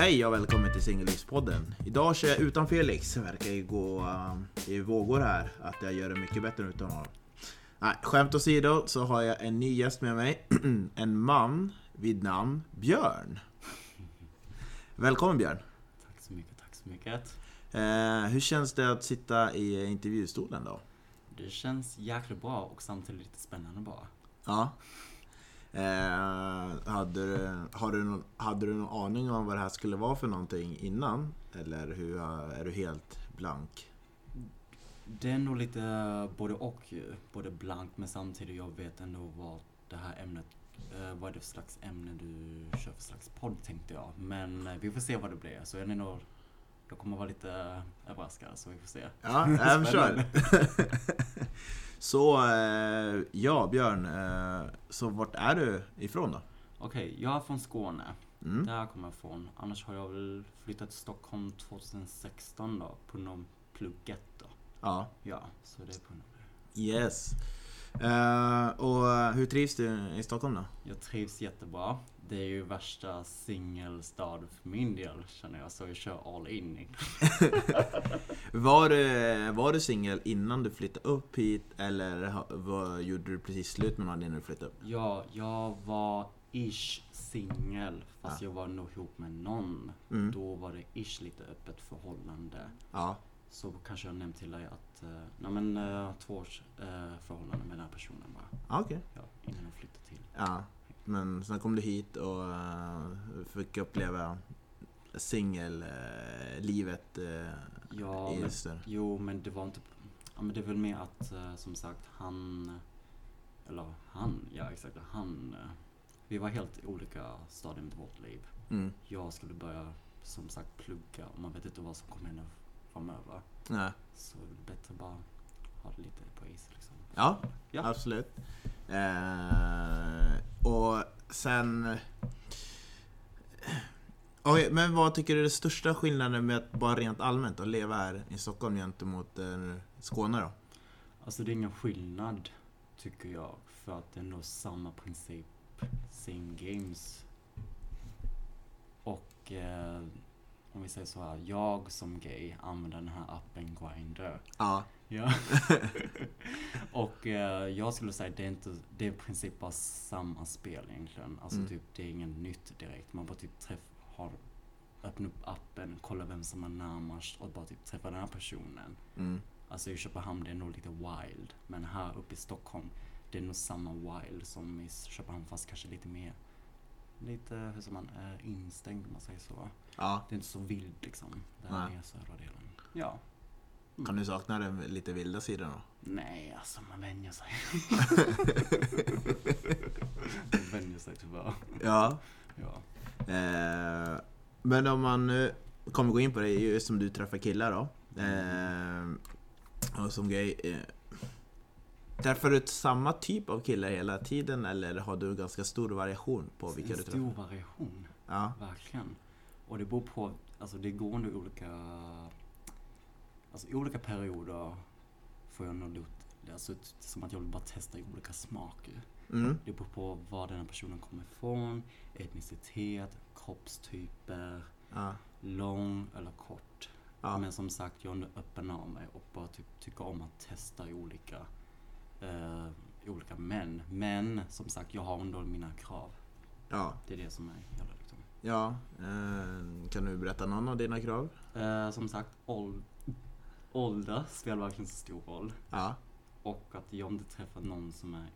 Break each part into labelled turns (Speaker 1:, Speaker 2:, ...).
Speaker 1: Hej och välkommen till Singellivspodden. Idag kör jag utan Felix. Det verkar ju gå i vågor här att jag gör det mycket bättre utan honom. Nej, skämt åsido så har jag en ny gäst med mig. En man vid namn Björn. Välkommen Björn.
Speaker 2: Tack så mycket, tack så mycket.
Speaker 1: Hur känns det att sitta i intervjustolen då?
Speaker 2: Det känns jäkligt bra och samtidigt lite spännande bara.
Speaker 1: Ja. Hade du någon aning om vad det här skulle vara för någonting innan? Eller är du helt blank?
Speaker 2: Det är nog lite både och ju. Både blankt men samtidigt jag vet ändå vad det här ämnet, vad är det för slags ämne du kör för slags podd tänkte jag. Men vi får se vad det blir. Så jag kommer vara lite överraskad så vi får se.
Speaker 1: Ja, jag förstår. Så, ja Björn, så vart är du ifrån då?
Speaker 2: Okej, jag är från Skåne.
Speaker 1: Mm.
Speaker 2: Där kommer jag ifrån. Annars har jag väl flyttat till Stockholm 2016 då, på någon plugget då.
Speaker 1: Ja.
Speaker 2: Ja, så det är på någon.
Speaker 1: Yes. Och hur trivs du i Stockholm då?
Speaker 2: Jag trivs jättebra. Det är ju värsta singelstad för min del känner jag, så jag kör all in.
Speaker 1: Var du singel innan du flyttade upp hit eller gjorde du precis slut med någon innan du flyttade upp?
Speaker 2: Ja, jag var ish singel fast jag var nog ihop med någon.
Speaker 1: Mm.
Speaker 2: Då var det ish lite öppet förhållande.
Speaker 1: Ja.
Speaker 2: Så kanske jag nämnt till dig att 2 års förhållande med den här personen bara.
Speaker 1: Okej.
Speaker 2: Ja, innan jag flyttade till.
Speaker 1: Ja, men sen kom du hit och fick uppleva singellivet
Speaker 2: Ja,
Speaker 1: i Öster.
Speaker 2: Jo, men det var inte... Ja, men det är väl mer att, som sagt, vi var helt olika stadier i vårt liv.
Speaker 1: Mm.
Speaker 2: Jag skulle börja, som sagt, plugga och man vet inte vad som kommer hända framöver.
Speaker 1: Nej.
Speaker 2: Så det är bättre bara ha det lite på is liksom.
Speaker 1: Ja,
Speaker 2: Ja.
Speaker 1: absolut. Och sen... Okej, men vad tycker du är den största skillnaden med att bara rent allmänt att leva här i Stockholm gentemot Skåne då?
Speaker 2: Alltså det är ingen skillnad tycker jag, för att det är nog samma princip, same games. Och om vi säger så här, jag som gay använder den här appen Grindr.
Speaker 1: Ja.
Speaker 2: Ja. Och jag skulle säga det är i princip bara samma spel egentligen. Alltså typ det är inget nytt direkt. Man bara typ öppnar upp appen, kollar vem som är närmast och bara typ träffar den här personen.
Speaker 1: Mm.
Speaker 2: Alltså i Köpenhamn det är nog lite wild. Men här uppe i Stockholm det är nog samma wild som i Köpenhamn fast kanske lite mer. Lite, hur säger man, instängd om man säger så.
Speaker 1: Ja.
Speaker 2: Det är inte så vild liksom. Det här är södra delen. Ja.
Speaker 1: Kan du sakna den lite vilda sidan då?
Speaker 2: Nej, alltså man vänjer sig. Man vänjer sig tyvärr.
Speaker 1: Ja.
Speaker 2: Ja.
Speaker 1: Men om man kommer gå in på det just som du träffar killar då. Och som gay. Träffar du samma typ av killar hela tiden eller har du ganska stor variation på vilka du träffar?
Speaker 2: En stor variation.
Speaker 1: Ja.
Speaker 2: Verkligen. Och det beror på, alltså det går under i olika perioder får jag nog alltså som att jag vill bara testa i olika smaker.
Speaker 1: Mm.
Speaker 2: Det beror på var den här personen kommer ifrån, etnicitet, kroppstyper, lång eller kort.
Speaker 1: Ja.
Speaker 2: Men som sagt, jag är öppen av mig och bara typ tycker om att testa i olika män. Men som sagt, jag har ändå mina krav.
Speaker 1: Ja.
Speaker 2: Det är det som är hela liksom.
Speaker 1: Ja. Kan du berätta någon av dina krav?
Speaker 2: Som sagt, ålder spelar verkligen så stor roll.
Speaker 1: Ja.
Speaker 2: Och att jag inte träffar någon som är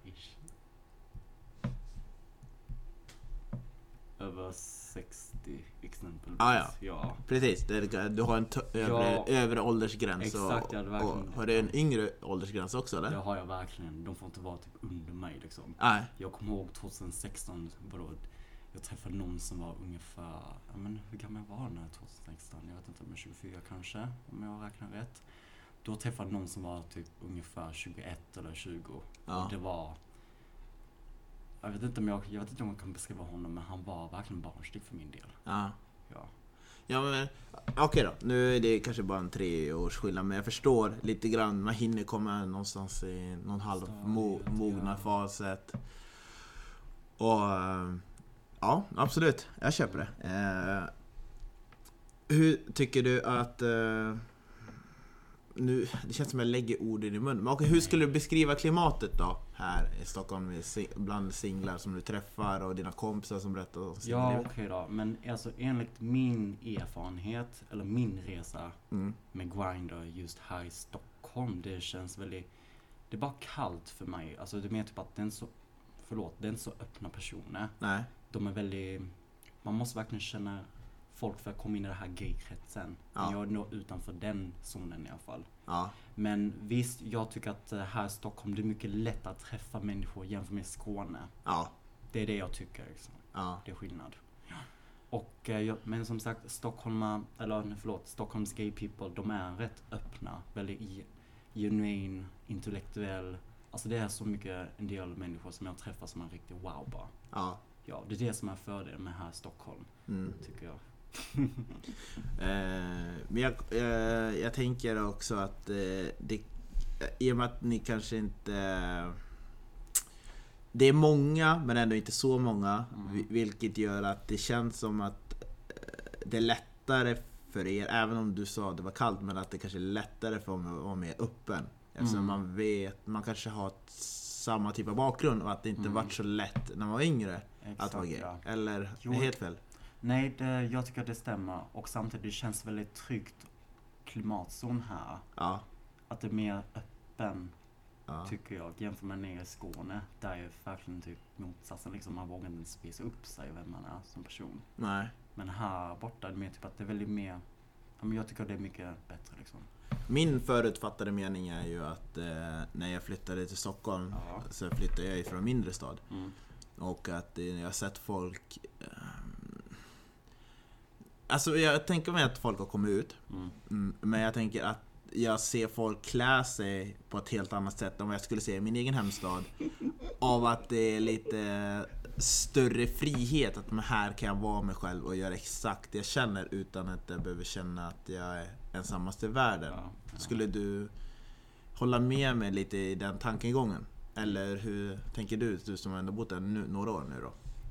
Speaker 2: över 60 exempelvis.
Speaker 1: Ja. Precis, du har en övre åldersgräns.
Speaker 2: Exakt,
Speaker 1: och har du en yngre åldersgräns också eller?
Speaker 2: Det har jag verkligen. De får inte vara typ under mig liksom.
Speaker 1: Nej.
Speaker 2: Jag kommer ihåg 2016 jag träffade någon som var ungefär, hur gammal var den här 2016? Jag vet inte, men 24 kanske, om jag räknar rätt. Då träffade någon som var typ ungefär 21 eller 20.
Speaker 1: Ja.
Speaker 2: Och det var, jag vet inte om jag kan beskriva honom, men han var verkligen barnslig för min del.
Speaker 1: Ja.
Speaker 2: Ja.
Speaker 1: Men okej då. Nu är det kanske bara en 3 års skillnad, men jag förstår lite grann. Man hinner komma någonstans i någon halv mogna faset. Och ja, absolut. Jag köper det. Hur tycker du att... nu, det känns som jag lägger ord i din mun. Men okej, hur skulle du beskriva klimatet då? Här i Stockholm bland singlar som du träffar och dina kompisar som berättar om
Speaker 2: Ja, okej då. Men alltså enligt min erfarenhet, eller min resa med Grindr just här i Stockholm, det känns väldigt... Det är bara kallt för mig. Alltså det är mer typ att det är inte så öppna personer.
Speaker 1: Nej.
Speaker 2: De är väldigt... Man måste verkligen känna folk för att komma in i den här gaykretsen.
Speaker 1: Ja.
Speaker 2: Jag är nog utanför den zonen i alla fall.
Speaker 1: Ja.
Speaker 2: Men visst, jag tycker att här i Stockholm det är mycket lättare att träffa människor jämfört med Skåne.
Speaker 1: Ja.
Speaker 2: Det är det jag tycker liksom.
Speaker 1: Ja.
Speaker 2: Det är skillnad. Och men som sagt, Stockholms gay people, de är rätt öppna, väldigt genuin, intellektuell. Alltså det är så mycket en del människor som jag träffar som är riktigt wow bara.
Speaker 1: Ja.
Speaker 2: Ja, det är det som är fördelen med här i Stockholm, tycker jag.
Speaker 1: Men jag tänker också att det, i och med att ni kanske inte... Det är många, men ändå inte så många. Vilket gör att det känns som att det är lättare för er, även om du sa att det var kallt, men att det kanske är lättare för att vara mer öppen. Eftersom man vet, man kanske har samma typ av bakgrund och att det inte varit så lätt när man var yngre.
Speaker 2: Exakt,
Speaker 1: att vara gay.
Speaker 2: ja.
Speaker 1: Eller är helt fel?
Speaker 2: Nej, jag tycker att det stämmer. Och samtidigt det känns väldigt tryggt klimatzon här.
Speaker 1: Ja.
Speaker 2: Att det är mer öppen,
Speaker 1: Ja.
Speaker 2: tycker jag, jämfört med nere i Skåne. Där är verkligen typ motsatsen. Liksom, man vågar inte spisa upp sig vem man är som person.
Speaker 1: Nej.
Speaker 2: Men här borta är det mer typ att det är väldigt mer... Ja, men jag tycker att det är mycket bättre liksom.
Speaker 1: Min förutfattade mening är ju att när jag flyttade till Stockholm så flyttade jag ifrån en mindre stad. Och att jag har sett folk... Alltså jag tänker mig att folk har kommit ut. Men jag tänker att jag ser folk klä sig på ett helt annat sätt än vad jag skulle se i min egen hemstad. Av att det är lite större frihet. Att här kan jag vara mig själv och göra exakt det jag känner utan att jag behöver känna att jag är ensammast i världen. Skulle du hålla med mig lite i den tankegången? Eller hur tänker du som ändå bott där några år nu då?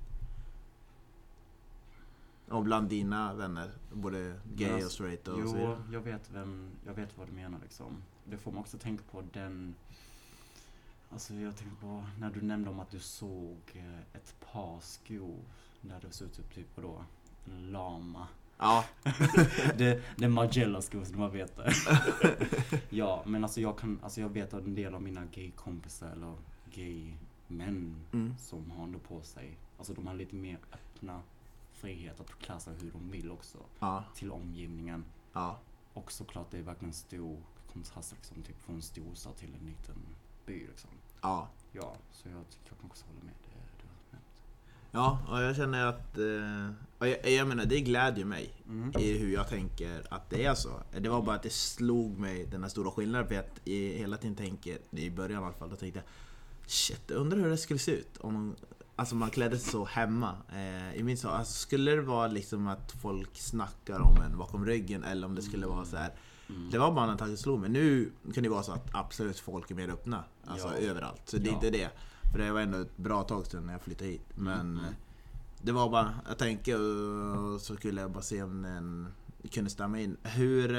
Speaker 1: Och bland dina vänner, både gay och straight och så vidare.
Speaker 2: Jag vet vad du menar liksom. Det får man också tänka på den... Alltså jag tänker på när du nämnde om att du såg ett par skor där det såg ut typ då en lama.
Speaker 1: Ja.
Speaker 2: det är Margiela-skor som man vet det. Ja, men alltså jag vet att en del av mina gay-kompisar eller gay-män som har ändå på sig. Alltså de har lite mer öppna frihet att klä sig hur de vill också. Till omgivningen. Ja. Och såklart det är verkligen stor kontrast liksom, typ från en storstad till en liten by liksom. Ja. Ja, så jag kan också hålla med det du har nämnt.
Speaker 1: Ja, och jag känner att jag menar, det glädjer mig i hur jag tänker att det är så. Det var bara att det slog mig den här stora skillnaden, för att jag hela tiden tänker, i början i alla fall, då tänkte jag shit, undrar hur det skulle se ut om man klädde sig så hemma. I min så, alltså, skulle det vara liksom att folk snackar om en bakom ryggen, eller om det skulle vara så här. Det var bara en tanke som slog mig. Nu kan det vara så att absolut folk är mer öppna, alltså överallt. Så det är inte det. För det var ändå ett bra tag sedan när jag flyttade hit. Men det var bara, jag tänker, och så skulle jag bara se om den kunde stämma in. Hur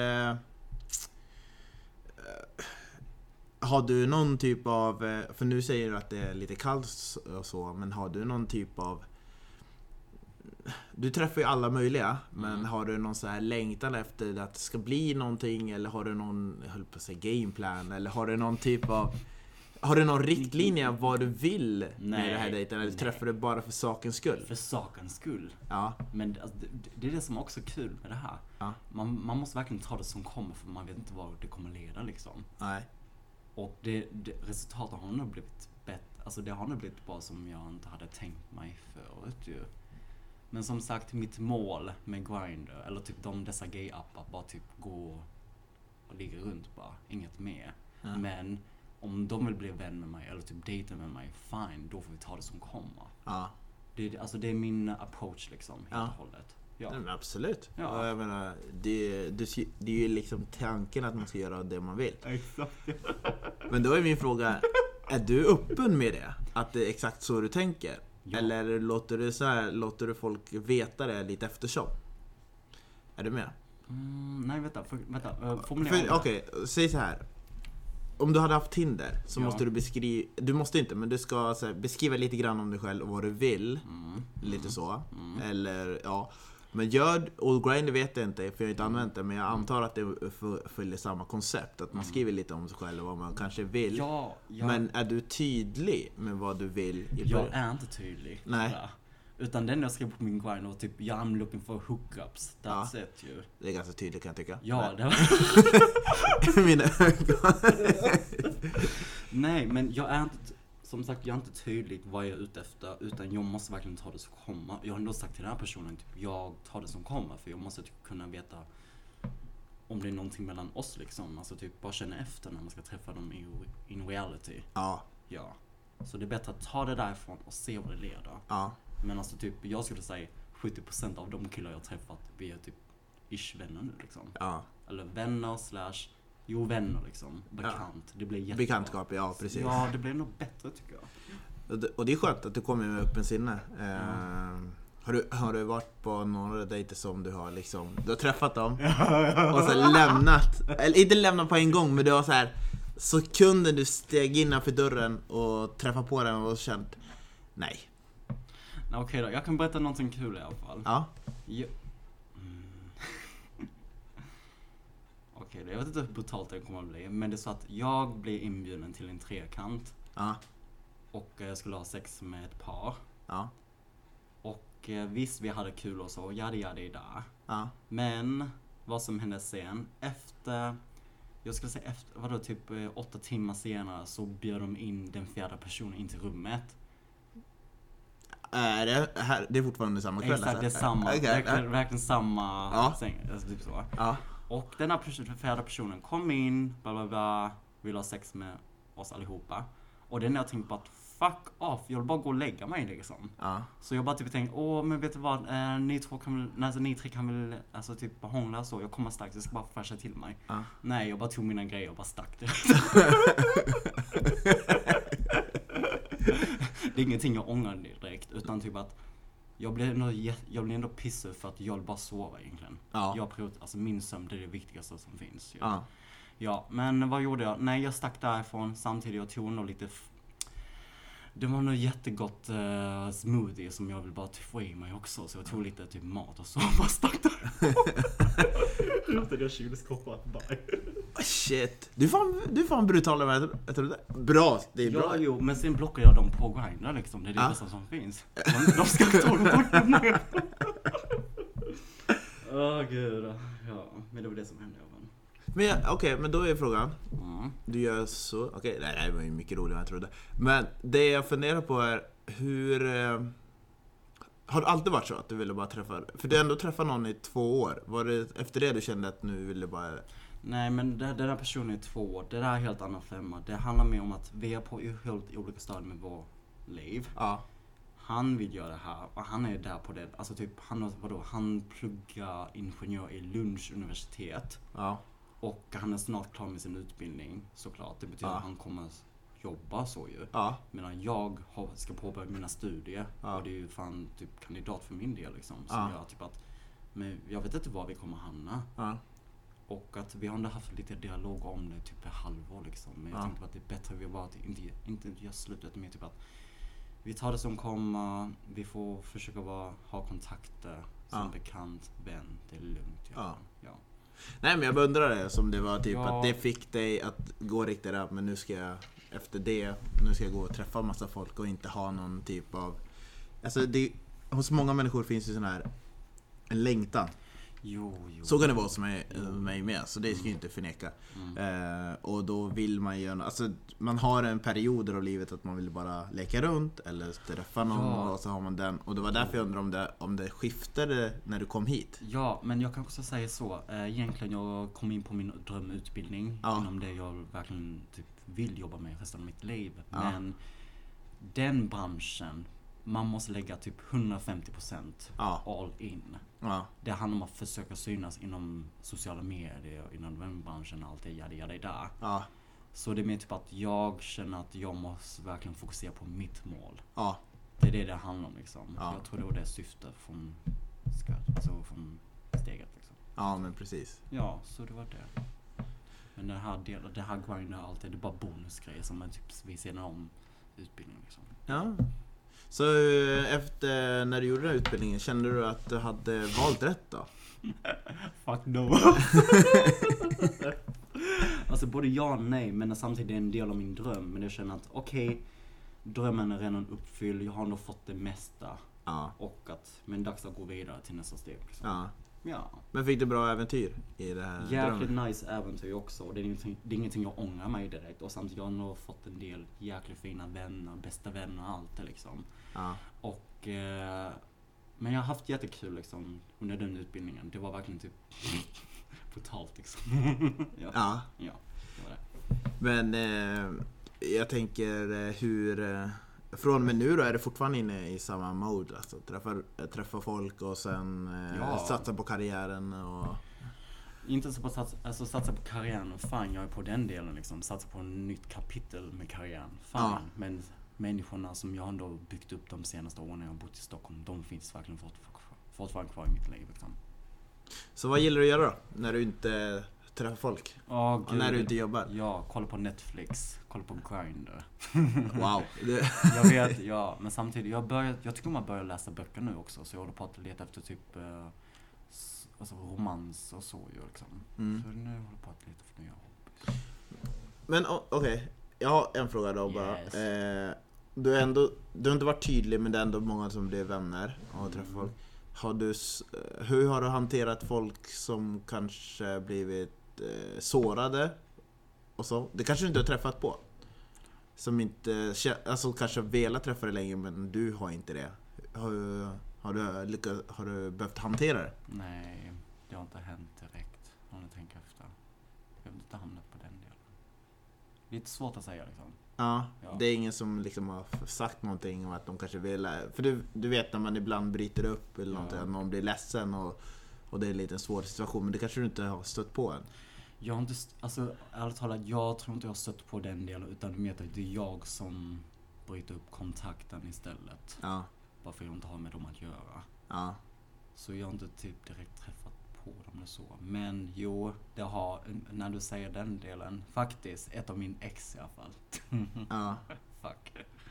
Speaker 1: har du någon typ av, för nu säger du att det är lite kallt och så, men har du någon typ av, du träffar ju alla möjliga, men har du någon så här längtan efter att det ska bli någonting, eller har du någon, jag höll på att säga gameplan, eller har du någon typ av, har du någon riktlinje av vad du vill med det här dejten, eller träffar du bara för sakens skull?
Speaker 2: För sakens skull?
Speaker 1: Ja.
Speaker 2: Men alltså, det är det som är också kul med det här.
Speaker 1: Ja.
Speaker 2: Man måste verkligen ta det som kommer, för man vet inte vad det kommer leda liksom.
Speaker 1: Nej.
Speaker 2: Och resultatet har nog blivit bättre. Alltså det har nog blivit bra som jag inte hade tänkt mig förut ju. Men som sagt, mitt mål med Grindr, eller typ dessa gay-appar, bara typ gå och ligga runt bara, inget mer. Ja. Men om de vill bli vän med mig eller typ dejta med mig, fine, då får vi ta det som kommer. Ja. Det är min approach liksom, helt och hållet. Ja.
Speaker 1: Men absolut.
Speaker 2: Ja.
Speaker 1: Jag menar, det är ju liksom tanken att man ska göra det man vill.
Speaker 2: Exakt.
Speaker 1: Men då är min fråga, är du öppen med det? Att det är exakt så du tänker? Ja. Eller låter du folk veta det lite eftersom? Är du med?
Speaker 2: Nej, vänta. Formulera.
Speaker 1: Okej, säg så här. Om du hade haft Tinder så måste du beskriva... Du måste inte, men du ska så här, beskriva lite grann om dig själv och vad du vill. Lite så. Eller, ja. Men och Grindr vet jag inte, för jag har inte använt det. Men jag antar att det följer samma koncept. Att man skriver lite om sig själv och vad man kanske vill. Men är du tydlig med vad du vill?
Speaker 2: Jag är inte tydlig.
Speaker 1: Nej.
Speaker 2: Där. Utan den jag skrev på min Grindr var typ I'm looking for hookups. That's it ju.
Speaker 1: Det är ganska tydligt kan jag tycka.
Speaker 2: Ja, det var...
Speaker 1: Mina ögon.
Speaker 2: Nej, men jag är inte... Som sagt, jag är inte tydlig vad jag är ute efter. Utan jag måste verkligen ta det som kommer. Jag har ändå sagt till den här personen typ, jag tar det som kommer. För jag måste typ kunna veta om det är någonting mellan oss liksom. Alltså typ bara känna efter när man ska träffa dem in reality.
Speaker 1: Ja.
Speaker 2: Så det är bättre att ta det därifrån och se vad det leder.
Speaker 1: Ja.
Speaker 2: Men alltså typ, jag skulle säga 70% av de killar jag har träffat, vi är typ ish-vänner nu liksom.
Speaker 1: Ja.
Speaker 2: Eller vänner liksom. Bekant. Det blir jättebra.
Speaker 1: Bekantskap, ja precis.
Speaker 2: Ja, det blir nog bättre tycker jag.
Speaker 1: Och det är skönt att du kommer med öppen sinne. Har du varit på några dejter som du har liksom, du har träffat dem och så lämnat, eller inte lämnat på en gång, men du har så här sekunden du steg innanför dörren och träffade på den och känt nej.
Speaker 2: Okej då, jag kan berätta någonting kul i alla fall.
Speaker 1: Ja.
Speaker 2: Okej, jag vet inte hur brutalt det kommer att bli, men det är så att jag blir inbjuden till en trekant.
Speaker 1: Ja.
Speaker 2: Och jag skulle ha sex med ett par.
Speaker 1: Ja.
Speaker 2: Och visst, vi hade kul och så, ja.
Speaker 1: Ja.
Speaker 2: Men vad som hände sen, jag skulle säga efter, typ 8 timmar senare så bjöd de in den fjärde personen in till rummet.
Speaker 1: Det är fortfarande samma kväll?
Speaker 2: Exakt, det är samma, verkligen samma säng, alltså typ så.
Speaker 1: Ja.
Speaker 2: Och den här fjärde personen kom in, vill ha sex med oss allihopa. Och det är när jag tänkte på att fuck off, jag vill bara gå och lägga mig liksom.
Speaker 1: Ja.
Speaker 2: Så jag bara typ tänkte, men vet du vad, ni tre kan väl alltså typ hångla så, jag kommer strax, jag ska bara fräscha till mig.
Speaker 1: Ja.
Speaker 2: Nej, jag bara tog mina grejer och bara stack det. Det är ingenting jag ångrar direkt, utan typ att jag blir ändå pissig för att jag vill bara sova egentligen.
Speaker 1: Ja.
Speaker 2: Alltså min sömn, det är det viktigaste som finns.
Speaker 1: Ja.
Speaker 2: Ja, men vad gjorde jag? Nej, jag stack därifrån samtidigt, jag tog nog lite... Det var nog jättegott smoothie som jag vill bara få i mig också. Så jag tog lite typ mat och så bara stack där. Rutade jag kylskåpet bara.
Speaker 1: Shit. Du är fan brutal. Jag tror det. Bra, det är bra.
Speaker 2: Jo, men sen blockar jag dem på Grindr liksom. Det är det bästa som finns. De ska ta dem bort nu. Gud. Ja, men det var det som hände.
Speaker 1: Men okej, men då är frågan. Du gör så. Okej, det här var ju mycket roligare än jag trodde. Men det jag funderar på är hur... har det alltid varit så att du ville bara träffa... För du ändå träffat någon i 2 år. Var det efter det du kände att nu ville bara...
Speaker 2: Nej, men den här personen är 2 år. Det där är en helt annan femma. Det handlar mer om att vi är på helt olika stadier med vår liv.
Speaker 1: Ja.
Speaker 2: Han vill göra det här och han är där på det. Alltså typ, han pluggar ingenjör i Lunds universitet.
Speaker 1: Ja.
Speaker 2: Och han är snart klar med sin utbildning, såklart. Det betyder att han kommer jobba så ju.
Speaker 1: Ja.
Speaker 2: Medan jag ska påbörja mina studier. Och det är ju fan typ kandidat för min del liksom. Så jag typ att, men jag vet inte var vi kommer hamna.
Speaker 1: Ja.
Speaker 2: Och att vi har ändå haft lite dialog om det typ ett halvår liksom. Men jag tänkte att det är bättre att vi bara inte gör slutet med typ att vi tar det som kommer, vi får försöka ha kontakter som bekant, vän, det är lugnt. Ja.
Speaker 1: Nej, men jag undrar det som det var typ att det fick dig att gå riktigt upp, men nu ska jag gå och träffa en massa folk och inte ha någon typ av... Alltså hos många människor finns ju sån här en längtan.
Speaker 2: Jo.
Speaker 1: Så kan det vara hos mig med, så det ska jag inte förneka. Och då vill man ju, alltså man har en period av livet att man vill bara leka runt eller träffa någon och så har man den. Och det var därför jag undrar om det skiftade när du kom hit.
Speaker 2: Ja, men jag kan också säga så. Egentligen jag kom in på min drömutbildning inom det jag verkligen typ vill jobba med resten av mitt liv. Men den branschen, man måste lägga typ 150% all in. Det handlar om att försöka synas inom sociala medier, inom den branschen och allt det där. Så det är mer typ att jag känner att jag måste verkligen fokusera på mitt mål. Det är det handlar om liksom. Jag tror det var det syftet från steget liksom.
Speaker 1: Ja, men precis.
Speaker 2: Ja, så det var det. Men det här grinder alltid, det är bara bonusgrejer som är typ vid sidan om utbildningen liksom.
Speaker 1: Ja. Så efter när du gjorde den här utbildningen, kände du att du hade valt rätt då?
Speaker 2: Fuck no. Alltså både ja och nej, men samtidigt är det en del av min dröm. Men jag känner att okej, drömmen är redan uppfylld, jag har ändå fått det mesta.
Speaker 1: Ja.
Speaker 2: Och att, men dags att gå vidare till nästa steg liksom.
Speaker 1: Ja.
Speaker 2: Ja.
Speaker 1: Men fick du bra äventyr i det här
Speaker 2: Jäkligt
Speaker 1: drömmen?
Speaker 2: nice äventyr också. Och det är ingenting jag ångrar mig direkt. Och samtidigt har jag nog fått en del jäkligt fina vänner, bästa vänner och allt det liksom.
Speaker 1: Ja.
Speaker 2: Och men jag har haft jättekul liksom under den utbildningen. Det var verkligen typ brutalt liksom. Ja.
Speaker 1: Ja.
Speaker 2: Ja, det var det.
Speaker 1: Men jag tänker hur från och med nu då är det fortfarande inne i samma mode, alltså träffa folk och sen satsa på karriären och
Speaker 2: Inte så på satsa på karriären. Fan, jag är på den delen liksom. Satsa på en nytt kapitel med karriären. Fan,
Speaker 1: Ja.
Speaker 2: men människorna som jag ändå byggt upp de senaste åren när jag har bott i Stockholm, de finns verkligen fortfarande kvar i mitt liv liksom.
Speaker 1: Så vad gillar du att göra då? När du inte träffar folk?
Speaker 2: Och
Speaker 1: när du inte jobbar?
Speaker 2: Ja, kolla på Netflix, kolla på Grindr.
Speaker 1: Wow.
Speaker 2: Jag vet, ja, men samtidigt jag tycker man börjar läsa böcker nu också, så jag håller på att leta efter typ alltså romans och så ju liksom.
Speaker 1: Mm.
Speaker 2: Så nu håller jag på att leta efter nya hobbies.
Speaker 1: Men okej, jag har en fråga då bara.
Speaker 2: Yes.
Speaker 1: Du har inte varit tydlig, men det är ändå många som blir vänner och träffar folk. Hur har du hanterat folk som kanske blivit sårade och så? Det kanske du inte har träffat på. Som inte, alltså kanske velat träffa dig länge, men du har inte det. Har du behövt hantera det?
Speaker 2: Nej, det har inte hänt direkt om jag tänker efter. Jag har inte hamnat på den delen. Lite svårt att säga liksom.
Speaker 1: Ja,
Speaker 2: Ja.
Speaker 1: det är ingen som liksom har sagt någonting om att de kanske vill. För du vet när man ibland bryter upp eller någonting, att någon blir ledsen och det är lite en svår situation, men det kanske du inte har stött på än.
Speaker 2: Jag har inte, alltså ärligt talat, jag tror inte jag har stött på den delen, utan det är jag som bryter upp kontakten istället.
Speaker 1: Ja,
Speaker 2: Bara för att jag inte har med dem att göra.
Speaker 1: ja,
Speaker 2: Så jag har inte typ direkt träffat på dem eller så. Men jo, det har, när du säger den delen, faktiskt ett av min ex i alla fall.
Speaker 1: ja.
Speaker 2: Fuck.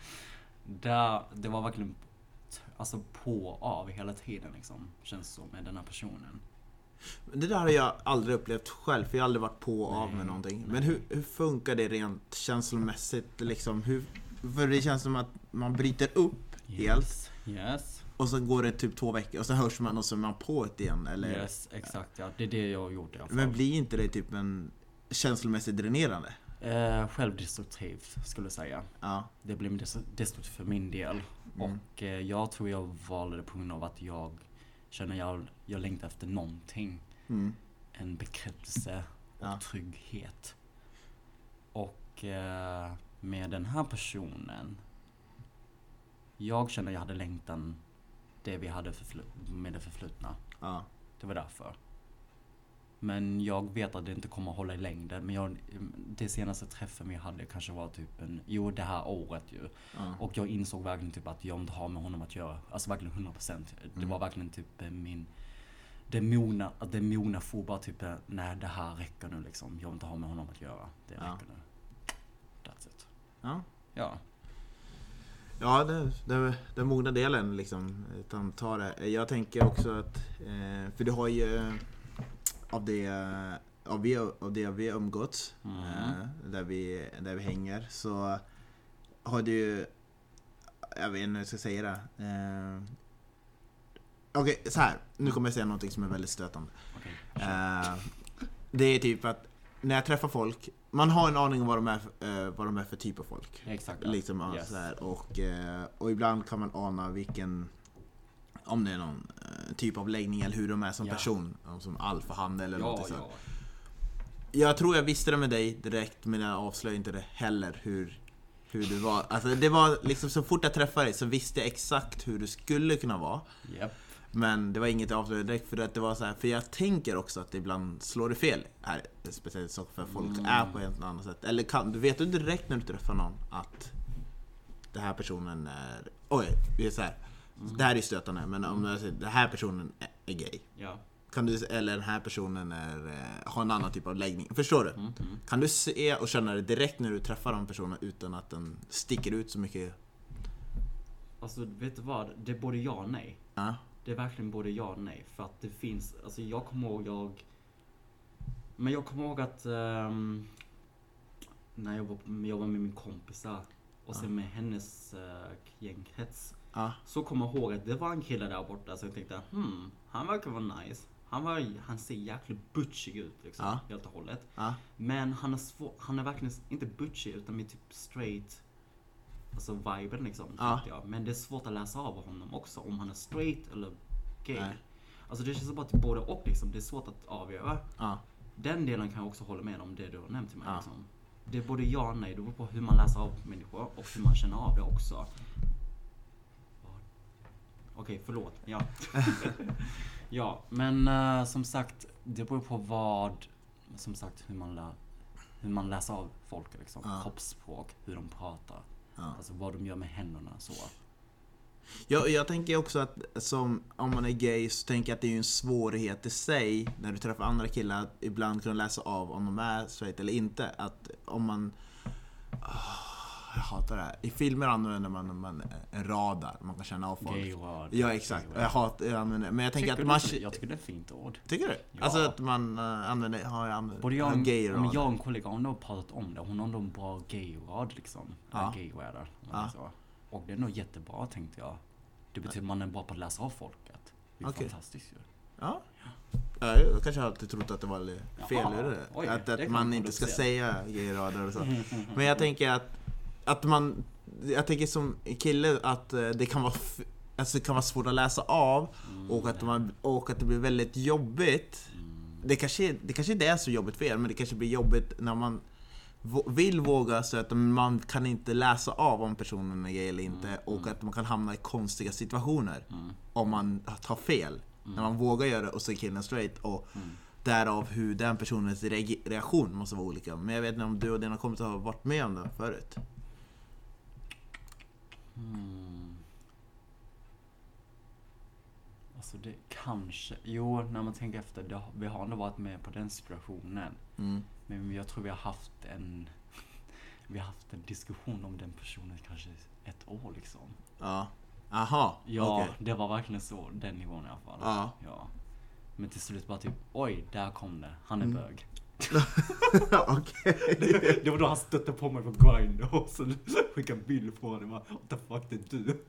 Speaker 2: Det var verkligen alltså på och av hela tiden liksom, känns så med den här personen.
Speaker 1: Det där har jag aldrig upplevt själv, för jag har aldrig varit på och av med
Speaker 2: Nej,
Speaker 1: någonting.
Speaker 2: nej.
Speaker 1: Men hur funkar det rent känslomässigt liksom? För det känns som att man bryter upp helt.
Speaker 2: Yes.
Speaker 1: Och så går det typ 2 veckor och så hörs man och så är man på ett igen, eller?
Speaker 2: Yes, exakt, ja. Det är det jag har gjort i alla fall.
Speaker 1: Men blir inte det typ en känslomässigt dränerande?
Speaker 2: Självdestruktivt skulle jag säga.
Speaker 1: Ja.
Speaker 2: Det blir destruktivt för min del. Och jag tror jag valde det på grund av att jag känner jag längtar efter någonting.
Speaker 1: Mm.
Speaker 2: En bekräftelse och
Speaker 1: Ja.
Speaker 2: trygghet. Och med den här personen, jag känner jag hade längtan det vi hade med det förflutna.
Speaker 1: Ja.
Speaker 2: Det var därför. Men jag vet att det inte kommer att hålla i längden. Men det senaste träffen vi hade kanske var typ det här året ju.
Speaker 1: Ja.
Speaker 2: Och jag insåg verkligen typ att jag inte har med honom att göra. Alltså verkligen 100%. Det var verkligen typ det mona får bara typ, nej det här räcker nu liksom. Jag inte har med honom att göra. Det räcker nu. That's it.
Speaker 1: Ja.
Speaker 2: Ja.
Speaker 1: Ja, den mogna delen liksom, utan ta det. Jag tänker också att för du har ju av det vi har umgåtts där vi hänger, så har du, jag vet inte hur jag ska säga det. Okej, så här, nu kommer jag säga någonting som är väldigt stötande.
Speaker 2: Okay.
Speaker 1: Det är typ att när jag träffar folk, man har en aning om vad de är för typ av folk.
Speaker 2: Exakt.
Speaker 1: Liksom,
Speaker 2: Yes.
Speaker 1: så här, och ibland kan man ana om det är någon typ av läggning eller hur de är som person, som alfahan eller något så. Jag tror jag visste det med dig direkt, men jag avslöjade inte det heller hur du var. Alltså det var liksom, så fort jag träffade dig så visste jag exakt hur du skulle kunna vara.
Speaker 2: Yep.
Speaker 1: Men det var inget avslöjande direkt, för att det var så här, för jag tänker också att det ibland slår det fel här, speciellt så för folk är på ett annat sätt. Eller du vet direkt när du träffar någon att den här personen är, det är så här. Det här är stötande, men om jag säger den här personen är gay.
Speaker 2: Ja.
Speaker 1: kan du, eller den här personen har en annan typ av läggning. Förstår du? Kan du se och känna det direkt när du träffar den personen utan att den sticker ut så mycket?
Speaker 2: Alltså, vet du vad? Det är både ja och nej.
Speaker 1: Ja.
Speaker 2: Det är verkligen både ja och nej. För att det finns, alltså jag kommer ihåg att när jag var med min kompisar och sen med hennes gängkrets, så kommer jag ihåg att det var en kille där borta, så jag tänkte, han verkar vara nice. Han ser jäkligt butchig ut liksom, helt och hållet. Men han är verkligen inte butchig utan mer typ straight, alltså viben liksom, jag. Men det är svårt att läsa av honom också, om han är straight eller gay. Alltså det känns bara till både och liksom, det är svårt att avgöra. Den delen kan jag också hålla med om det du har nämnt till mig liksom. Det är både ja och nej, det beror på hur man läser av människor och hur man känner av det också. Okej, förlåt. Ja. Ja, men som sagt, det beror på hur man läser av folk liksom. Kroppsspråk, hur de pratar. Alltså vad de gör med händerna så.
Speaker 1: Jag tänker också att om man är gay så tänker jag att det är en svårighet i sig när du träffar andra killar att ibland kunna läsa av om de är straight eller inte. Att om man... jag hatar det här. I filmer använder man en radar. Man kan känna av folk.
Speaker 2: Gay-rad.
Speaker 1: Ja, exakt. Jag använder, men jag tänker att man...
Speaker 2: Jag tycker det är ett fint ord.
Speaker 1: Tycker du? Ja. Alltså att man använder...
Speaker 2: Både jag och en kollega har nog pratat om det. Hon har nog en bra gay-rad liksom. Gay-radar. Och det är nog jättebra, tänkte jag. Det betyder att man är bra på att läsa av folket. Det är fantastiskt ju.
Speaker 1: Ja. Jag kanske alltid trott att det var fel i det.
Speaker 2: Oj,
Speaker 1: att man inte ska säga gay-radar och så. Men jag tänker att man... Jag tänker som kille att det kan vara svårt att läsa av och att det blir väldigt jobbigt. Det kanske inte är så jobbigt för er, men det kanske blir jobbigt när man vill våga, så att man kan inte läsa av om personen är gay eller inte, och att man kan hamna i konstiga situationer om man tar fel. När man vågar göra det och så är killen straight, och därav hur den personens reaktion måste vara olika. Men jag vet inte om du och dina kompisar har varit med om det förut.
Speaker 2: Alltså det kanske... Jo, när man tänker efter, vi har ändå varit med på den situationen. Men jag tror vi har haft en diskussion om den personen kanske 1 år liksom.
Speaker 1: Ja. Aha.
Speaker 2: Ja,
Speaker 1: okay.
Speaker 2: Det var verkligen så, den nivån i alla fall. Ja. Men till slut bara typ, oj, där kom det. Han är bög.
Speaker 1: Okej.
Speaker 2: Det var då han stötte på mig på Grindr och så skickade en bild på honom. What the fuck, det är du?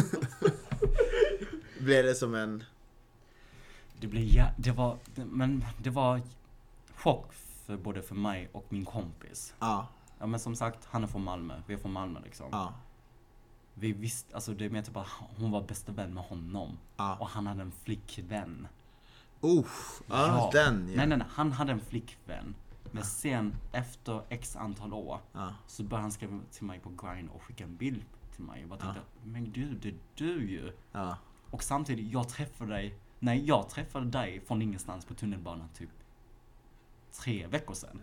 Speaker 1: Blev det som en...
Speaker 2: Det var chock både för mig och min kompis. Ja, men som sagt, han är från Malmö. Vi är från Malmö liksom. Vi visste, alltså det är mer typ att hon var bästa vän med honom. Och han hade en flickvän.
Speaker 1: Den. Ja.
Speaker 2: Nej, han hade en flickvän. Men sen efter x antal år så började han skriva till mig på Grindr och skicka en bild till mig. Jag bara tänkte, men gud, det är du ju. Och samtidigt, jag träffade dig från ingenstans på tunnelbanan typ 3 veckor sedan.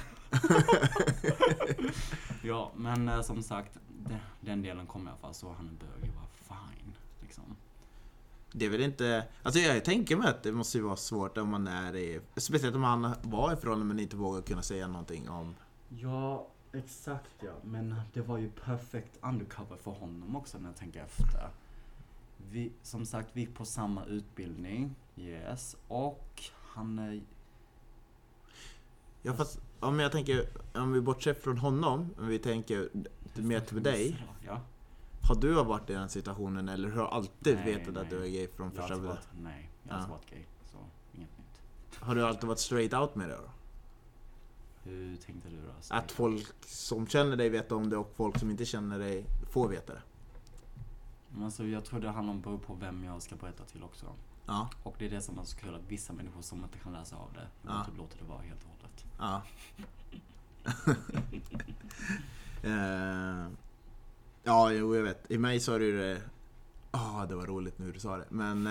Speaker 2: Ja, men som sagt, den delen kom i alla fall, så han är bög, var fine liksom.
Speaker 1: Det är väl inte... Alltså jag tänker mig att det måste ju vara svårt om man är i... Speciellt om han var ifrån men inte vågar kunna säga någonting om...
Speaker 2: Ja, exakt ja. Men det var ju perfekt undercover för honom också när jag tänker efter. Vi, som sagt, vi gick på samma utbildning. Yes. Och han är...
Speaker 1: Ja, fast om jag tänker... Om vi bortser från honom, om vi tänker mer till dig...
Speaker 2: Ja.
Speaker 1: Har du varit i den situationen eller har du alltid vetat att du är gay från första början?
Speaker 2: Nej, jag har varit gay, så inget nytt.
Speaker 1: Har du alltid varit straight out med det då?
Speaker 2: Hur tänkte du då?
Speaker 1: Att folk som känner dig vet om det och folk som inte känner dig får veta det.
Speaker 2: Alltså, jag tror det handlar om på vem jag ska berätta till också. Och det är det som är så kul, att vissa människor som inte kan läsa av det typ låter det vara helt och hållet.
Speaker 1: Ja, jo, jag vet. I mig sa du det... det var roligt nu du sa det. Men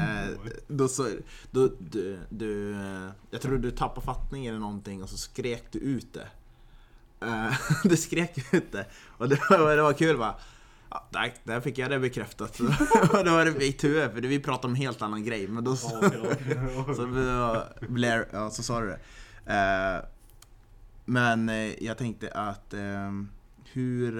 Speaker 1: jag tror du tappade fattning eller någonting och så skrek du ut det. Du skrek ut det. Och det var kul va? Ja, där fick jag det bekräftat. Och då var det mitt huvud, för vi pratade om en helt annan grej. Men då så, så Blair, ja, så sa du det. Men jag tänkte att hur...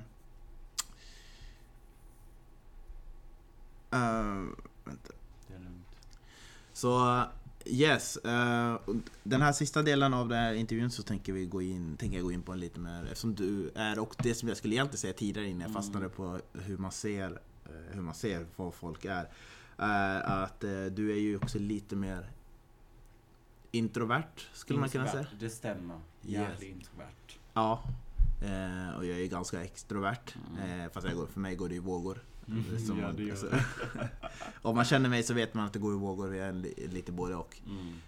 Speaker 1: vänta.
Speaker 2: Det är lugnt.
Speaker 1: Så yes, den här sista delen av den här intervjun så tänker jag gå in på en lite mer, eftersom du är, och det som jag skulle egentligen säga tidigare innan jag fastnade på hur man ser vad folk är, att du är ju också lite mer introvert, skulle man kunna säga.
Speaker 2: Det stämmer, jävligt introvert.
Speaker 1: Ja, och jag är ganska extrovert, fast för mig går det i vågor.
Speaker 2: Ja, det gör det.
Speaker 1: Om man känner mig så vet man att det går i vågor. Jag är lite både och.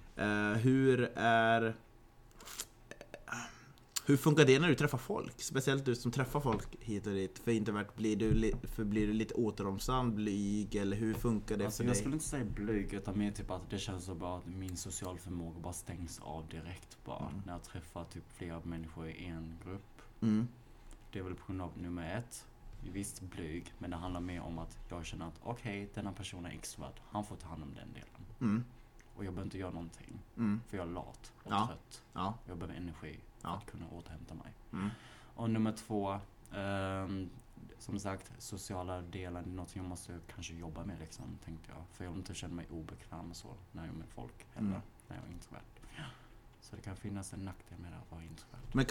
Speaker 1: Hur funkar det när du träffar folk? Speciellt du som träffar folk hit och dit. För introvert blir du lite återhållsam, blyg, eller hur funkar det
Speaker 2: alltså,
Speaker 1: för dig?
Speaker 2: Jag skulle inte säga blyg, utan mer typ att det känns så bara att min social förmåga bara stängs av direkt bara. När jag träffar typ flera människor i en grupp. Det är väl på grund av nummer 1. Visst blyg, men det handlar mer om att jag känner att okej, denna person är extrovert, han får ta hand om den delen. Och jag behöver inte göra någonting, för jag är lat och trött. Jag behöver energi för att kunna återhämta mig. Och nummer 2, som sagt, sociala delen är något jag måste kanske jobba med liksom, tänkte jag. För jag vill inte känna mig obekväm och så när jag är med folk heller, när jag är introvert. Så det kan finnas en nackdel med att vara introvert.
Speaker 1: Men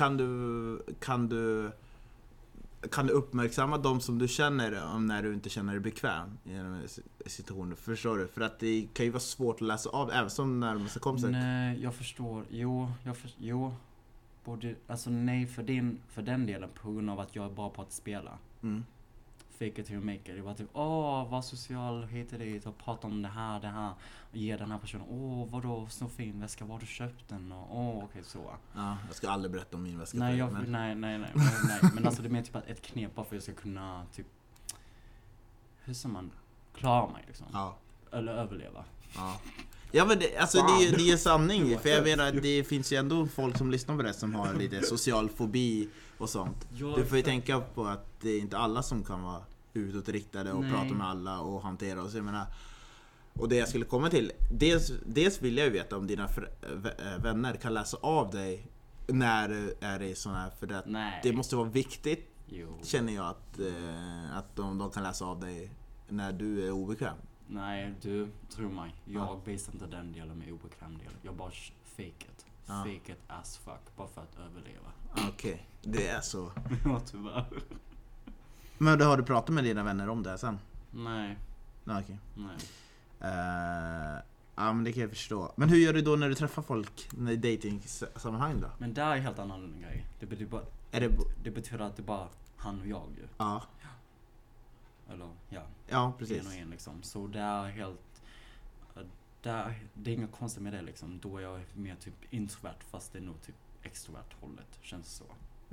Speaker 1: kan du uppmärksamma de som du känner om när du inte känner dig bekväm i en situation? Förstår du? För att det kan ju vara svårt att läsa av, även som närmaste kompisar.
Speaker 2: Nej, jag förstår. Jo. Alltså nej för den delen, på grund av att jag är bra på att spela. Fake it till you make it. Det var typ, var social, heter det, och prata om det här. Och ge den här personen, vadå, så fin väska, var har du köpt den? Och okej, så.
Speaker 1: Ja, jag ska aldrig berätta om min väska.
Speaker 2: Nej, men alltså det är mer typ att ett knep för att jag ska kunna typ, hur ska man klara mig liksom?
Speaker 1: Ja.
Speaker 2: Eller överleva.
Speaker 1: Ja, men det är ju sanning. För jag menar, det finns ju ändå folk som lyssnar på det som har lite social fobi och sånt. Du får ju tänka på att det är inte alla som kan vara utåtriktade och prata med alla och hantera oss. Jag menar, och det jag skulle komma till, dels vill jag ju veta om dina vänner kan läsa av dig när du är i sådana här, för det måste vara viktigt, känner jag, att de kan läsa av dig när du är obekväm.
Speaker 2: Nej, du, tror mig. Jag visar inte den delen med obekväm del. Jag bara fake it. Fake it as fuck. Bara för att överleva.
Speaker 1: Okej, det är så.
Speaker 2: Ja, tyvärr.
Speaker 1: Men då har du pratat med dina vänner om det sen?
Speaker 2: Nej.
Speaker 1: Okej.
Speaker 2: Nej.
Speaker 1: Ja, men det kan jag förstå. Men hur gör du då när du träffar folk i dating-sammanhang då?
Speaker 2: Men det är helt annan grej. Det betyder bara, det betyder att det är bara han och jag ju.
Speaker 1: Ja.
Speaker 2: Eller,
Speaker 1: ja, precis.
Speaker 2: En och en liksom. Så det är helt... Det är inget konstigt med det liksom. Då är jag mer typ introvert, fast det är nog typ extrovert hållet, känns så.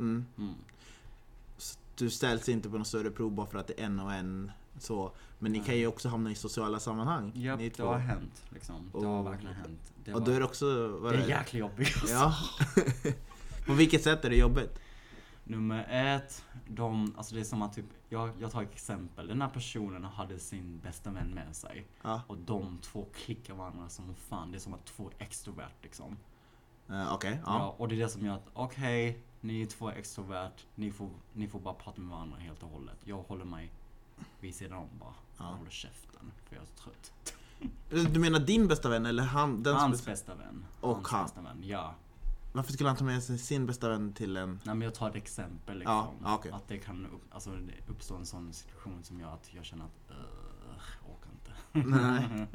Speaker 1: Så du ställs inte på någon större prov bara för att det är en och en så. Men ni kan ju också hamna i sociala sammanhang.
Speaker 2: Ja, det har hänt liksom. Det har verkligen hänt.
Speaker 1: Och då är det också...
Speaker 2: Det är jäkligt jobbigt. Alltså.
Speaker 1: Ja. På vilket sätt är det jobbigt?
Speaker 2: Nummer 1, alltså det är som att typ, jag tar ett exempel. Den här personen hade sin bästa vän med sig. Och de två klickar varandra som fan. Det är som att två extrovert liksom.
Speaker 1: Okej.
Speaker 2: Ja, och det är det som gör att ni är två extrovert. Ni får bara prata med varandra helt och hållet. Jag håller mig vid sidan om bara. Jag håller käften, för jag är så trött.
Speaker 1: Du menar din bästa vän eller
Speaker 2: hans bästa vän?
Speaker 1: Och hans
Speaker 2: bästa vän, ja.
Speaker 1: Varför skulle han ta med sig sin bästa vän till en...
Speaker 2: Nej, men jag tar ett exempel liksom.
Speaker 1: Okay.
Speaker 2: Att det kan uppstå en sån situation som gör att jag känner att orkar inte.
Speaker 1: Nej.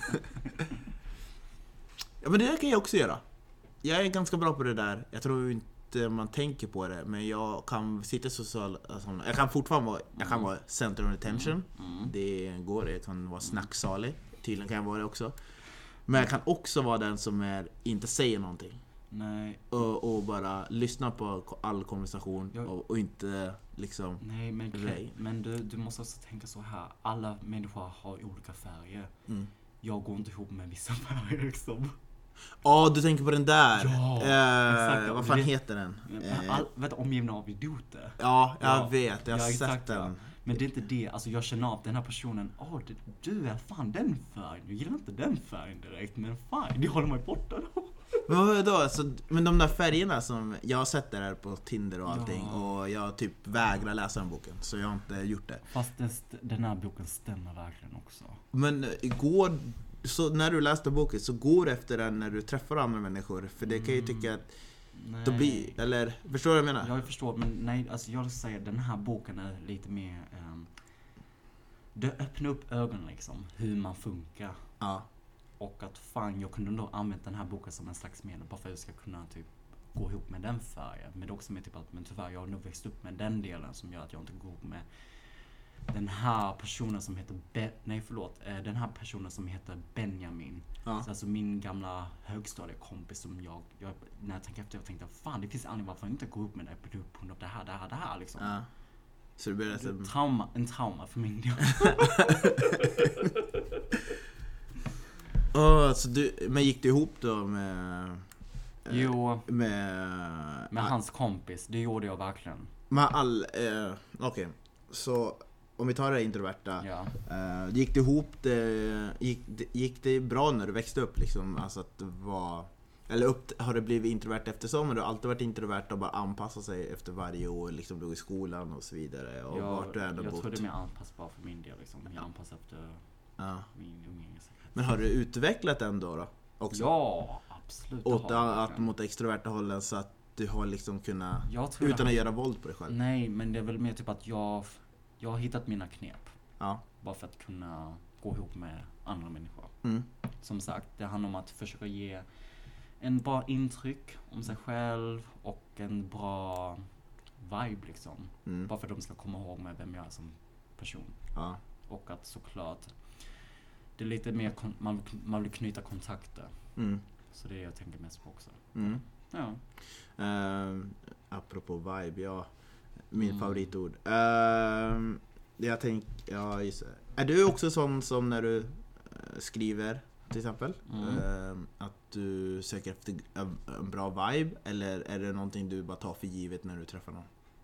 Speaker 1: Ja, men det där kan jag också göra. Jag är ganska bra på det där. Jag tror inte man tänker på det, men jag kan sitta social, alltså, jag kan fortfarande vara center of attention. Det går, jag kan vara snacksalig. Tydligen kan jag vara det också. Men jag kan också vara den som inte säger någonting.
Speaker 2: Nej.
Speaker 1: Och bara lyssna på all konversation och inte liksom...
Speaker 2: Nej, men du måste också tänka så här. Alla människor har olika färger. Jag går inte ihop med vissa färger liksom.
Speaker 1: Du tänker på den där.
Speaker 2: Ja, exakt.
Speaker 1: Vad fan heter den?
Speaker 2: Vet du, omgivna av idioter.
Speaker 1: Ja, jag vet. Jag har sett
Speaker 2: exakt,
Speaker 1: den.
Speaker 2: Men det är inte det, alltså jag känner av den här personen, du är fan den färgen, jag gillar inte den färgen direkt, men fine, jag håller mig borta då.
Speaker 1: Men vadå, alltså, men de där färgerna som jag har sett där på Tinder och allting,
Speaker 2: Ja.
Speaker 1: och jag typ vägrar läsa den boken, så jag har inte gjort det.
Speaker 2: Fast den här boken stämmer verkligen också.
Speaker 1: Men så när du läste boken, så går efter den när du träffar andra människor, för det kan ju tycka att då blir, eller förstår du vad jag menar?
Speaker 2: Jag förstår, men nej, alltså jag vill säga den här boken är lite mer det öppnar upp ögonen liksom, hur man funkar.
Speaker 1: Ja.
Speaker 2: Och att fan, jag kunde då använda den här boken som en slags medel bara för att jag ska kunna typ gå ihop med den färgen. Men det är också med typ att, men tyvärr, jag har nog växt upp med den delen som gör att jag inte går ihop med den här personen som heter den här personen som heter Benjamin.
Speaker 1: Ja.
Speaker 2: Så alltså min gamla högstadiekompis som jag när jag tänker efter, jag tänkte fan, det finns anledning varför jag inte går ihop med dig på grund av det här liksom.
Speaker 1: Ja. Så det blir
Speaker 2: En trauma för min del.
Speaker 1: Så men gick du ihop då med
Speaker 2: Jo,
Speaker 1: med
Speaker 2: hans kompis, det gjorde jag verkligen.
Speaker 1: okej. Så om vi tar det introverta,
Speaker 2: Ja.
Speaker 1: gick du ihop gick det bra när du växte upp liksom, alltså att det var, eller har det blivit introvert eftersom, men du har alltid varit introvert och bara anpassat sig efter varje år liksom, du går i skolan och så vidare och vart du ändå bott?
Speaker 2: Jag tror det är mer anpassbart för min del liksom. Jag anpassar efter min umgängeskrets.
Speaker 1: Men har du utvecklat den då också?
Speaker 2: Ja, absolut.
Speaker 1: Mot extroverta hållen, så att du har liksom kunnat,
Speaker 2: Utan
Speaker 1: att göra våld på dig själv?
Speaker 2: Nej, men det är väl mer typ att jag har hittat mina knep.
Speaker 1: Ja.
Speaker 2: Bara för att kunna gå ihop med andra människor.
Speaker 1: Mm.
Speaker 2: Som sagt, det handlar om att försöka ge en bra intryck om sig själv och en bra vibe liksom.
Speaker 1: Mm.
Speaker 2: Bara för att de ska komma ihåg med vem jag är som person.
Speaker 1: Ja.
Speaker 2: Och att såklart det är lite mer man vill knyta kontakter.
Speaker 1: Mm.
Speaker 2: Så det är jag tänker mest på också.
Speaker 1: Mm.
Speaker 2: Ja.
Speaker 1: Apropå vibe, ja. Min favoritord. Jag tänker, ja just det. Är du också sån som när du skriver till exempel? Att du söker efter en bra vibe? Eller är det någonting du bara tar för givet när du träffar någon?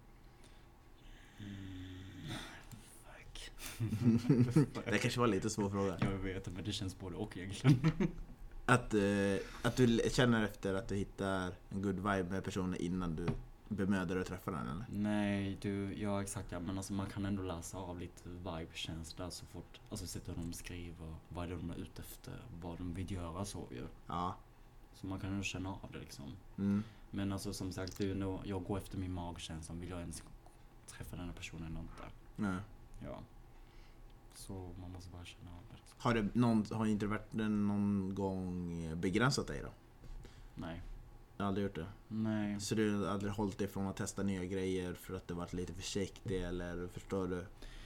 Speaker 2: Fuck.
Speaker 1: Det kanske var lite svår fråga.
Speaker 2: Jag vet, men det känns både och egentligen.
Speaker 1: Att du känner efter att du hittar en good vibe med personen innan du bemödar dig att träffa den, eller?
Speaker 2: Nej, ja exakt, ja, men alltså man kan ändå läsa av lite vibe-känsla så fort, alltså sätter de skriver vad de är ute efter, vad de vill göra så ju.
Speaker 1: Ja.
Speaker 2: Så man kan ändå känna av det liksom.
Speaker 1: Mm.
Speaker 2: Men alltså som sagt, jag går efter min magkänsla, vill jag ens träffa den här personen eller inte.
Speaker 1: Nej.
Speaker 2: Ja. Så man måste bara känna av det. Liksom.
Speaker 1: Har introverten någon gång begränsat dig då?
Speaker 2: Nej.
Speaker 1: Jag har aldrig gjort det.
Speaker 2: Nej.
Speaker 1: Så du har aldrig hållit dig från att testa nya grejer för att det varit lite försiktig, eller förstår du?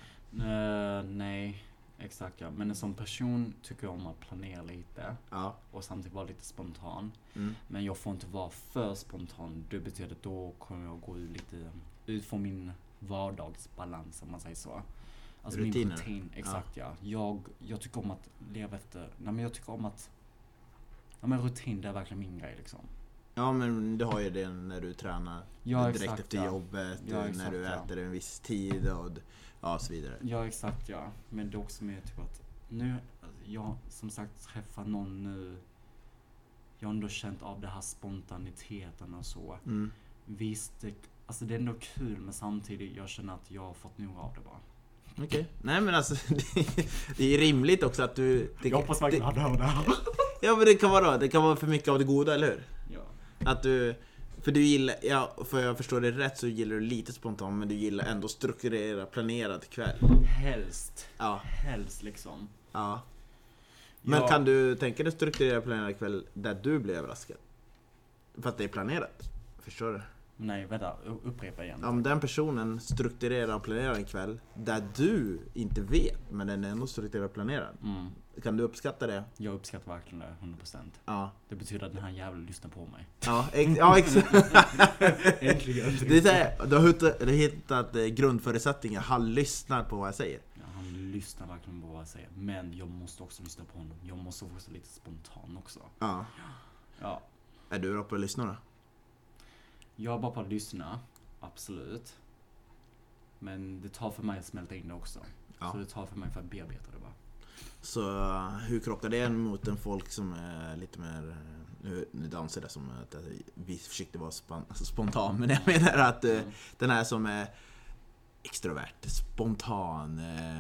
Speaker 2: Nej, exakt ja. Men som person tycker jag om att planera lite.
Speaker 1: Ja.
Speaker 2: Och samtidigt vara lite spontan.
Speaker 1: Mm.
Speaker 2: Men jag får inte vara för spontan. Det betyder att då kommer jag gå ut från min vardagsbalans, om man säger så. Alltså
Speaker 1: rutiner.
Speaker 2: Min rutin, exakt ja. Jag tycker om att leva efter, jag tycker om att rutin, det är verkligen min grej liksom.
Speaker 1: Ja, men du har ju det när du tränar direkt
Speaker 2: exakt,
Speaker 1: efter jobbet, när du äter en viss tid och så vidare.
Speaker 2: Ja, exakt ja. Men det är också mer typ att nu, jag som sagt träffar någon nu, jag har ändå känt av det här spontaniteten och så.
Speaker 1: Mm.
Speaker 2: Visst, det är ändå kul, men samtidigt jag känner att jag har fått nog av det bara.
Speaker 1: Okej. Nej, men alltså det är rimligt också att du...
Speaker 2: Jag hoppas verkligen att hör det här.
Speaker 1: Ja, men det kan vara för mycket av det goda, eller hur?
Speaker 2: Ja.
Speaker 1: Att du... För du gillar... Ja, för jag förstår det rätt så gillar du lite spontant, men du gillar ändå strukturera, planerad kväll.
Speaker 2: Helst.
Speaker 1: Ja.
Speaker 2: Helst liksom.
Speaker 1: Ja. Men kan du tänka dig strukturera, planerad kväll där du blir överraskad? För att det är planerat. Förstår du?
Speaker 2: Nej, vänta. Upprepa igen.
Speaker 1: Om den personen strukturerar och planerar en kväll där du inte vet, men den är ändå strukturerad och planerad.
Speaker 2: Mm.
Speaker 1: Kan du uppskatta det?
Speaker 2: Jag uppskattar verkligen det, 100%.
Speaker 1: Ja.
Speaker 2: Det betyder att den här jäveln lyssnar på mig.
Speaker 1: Ja, exakt.
Speaker 2: Äntligen.
Speaker 1: Det är så här, du har hittat grundförutsättningar. Han lyssnar på vad jag säger.
Speaker 2: Ja, han lyssnar verkligen på vad jag säger. Men jag måste också lyssna på honom. Jag måste vara lite spontan också.
Speaker 1: Ja.
Speaker 2: Ja.
Speaker 1: Är du bra på att lyssna då?
Speaker 2: Jag är bara på att lyssna. Absolut. Men det tar för mig att smälta in det också.
Speaker 1: Ja.
Speaker 2: Så det tar för mig för att bearbeta det bara.
Speaker 1: Så hur krockar det mot en folk som är lite mer... Nu dansar det som att vi försökte vara spontan, men jag menar att den här som är extrovert, spontan,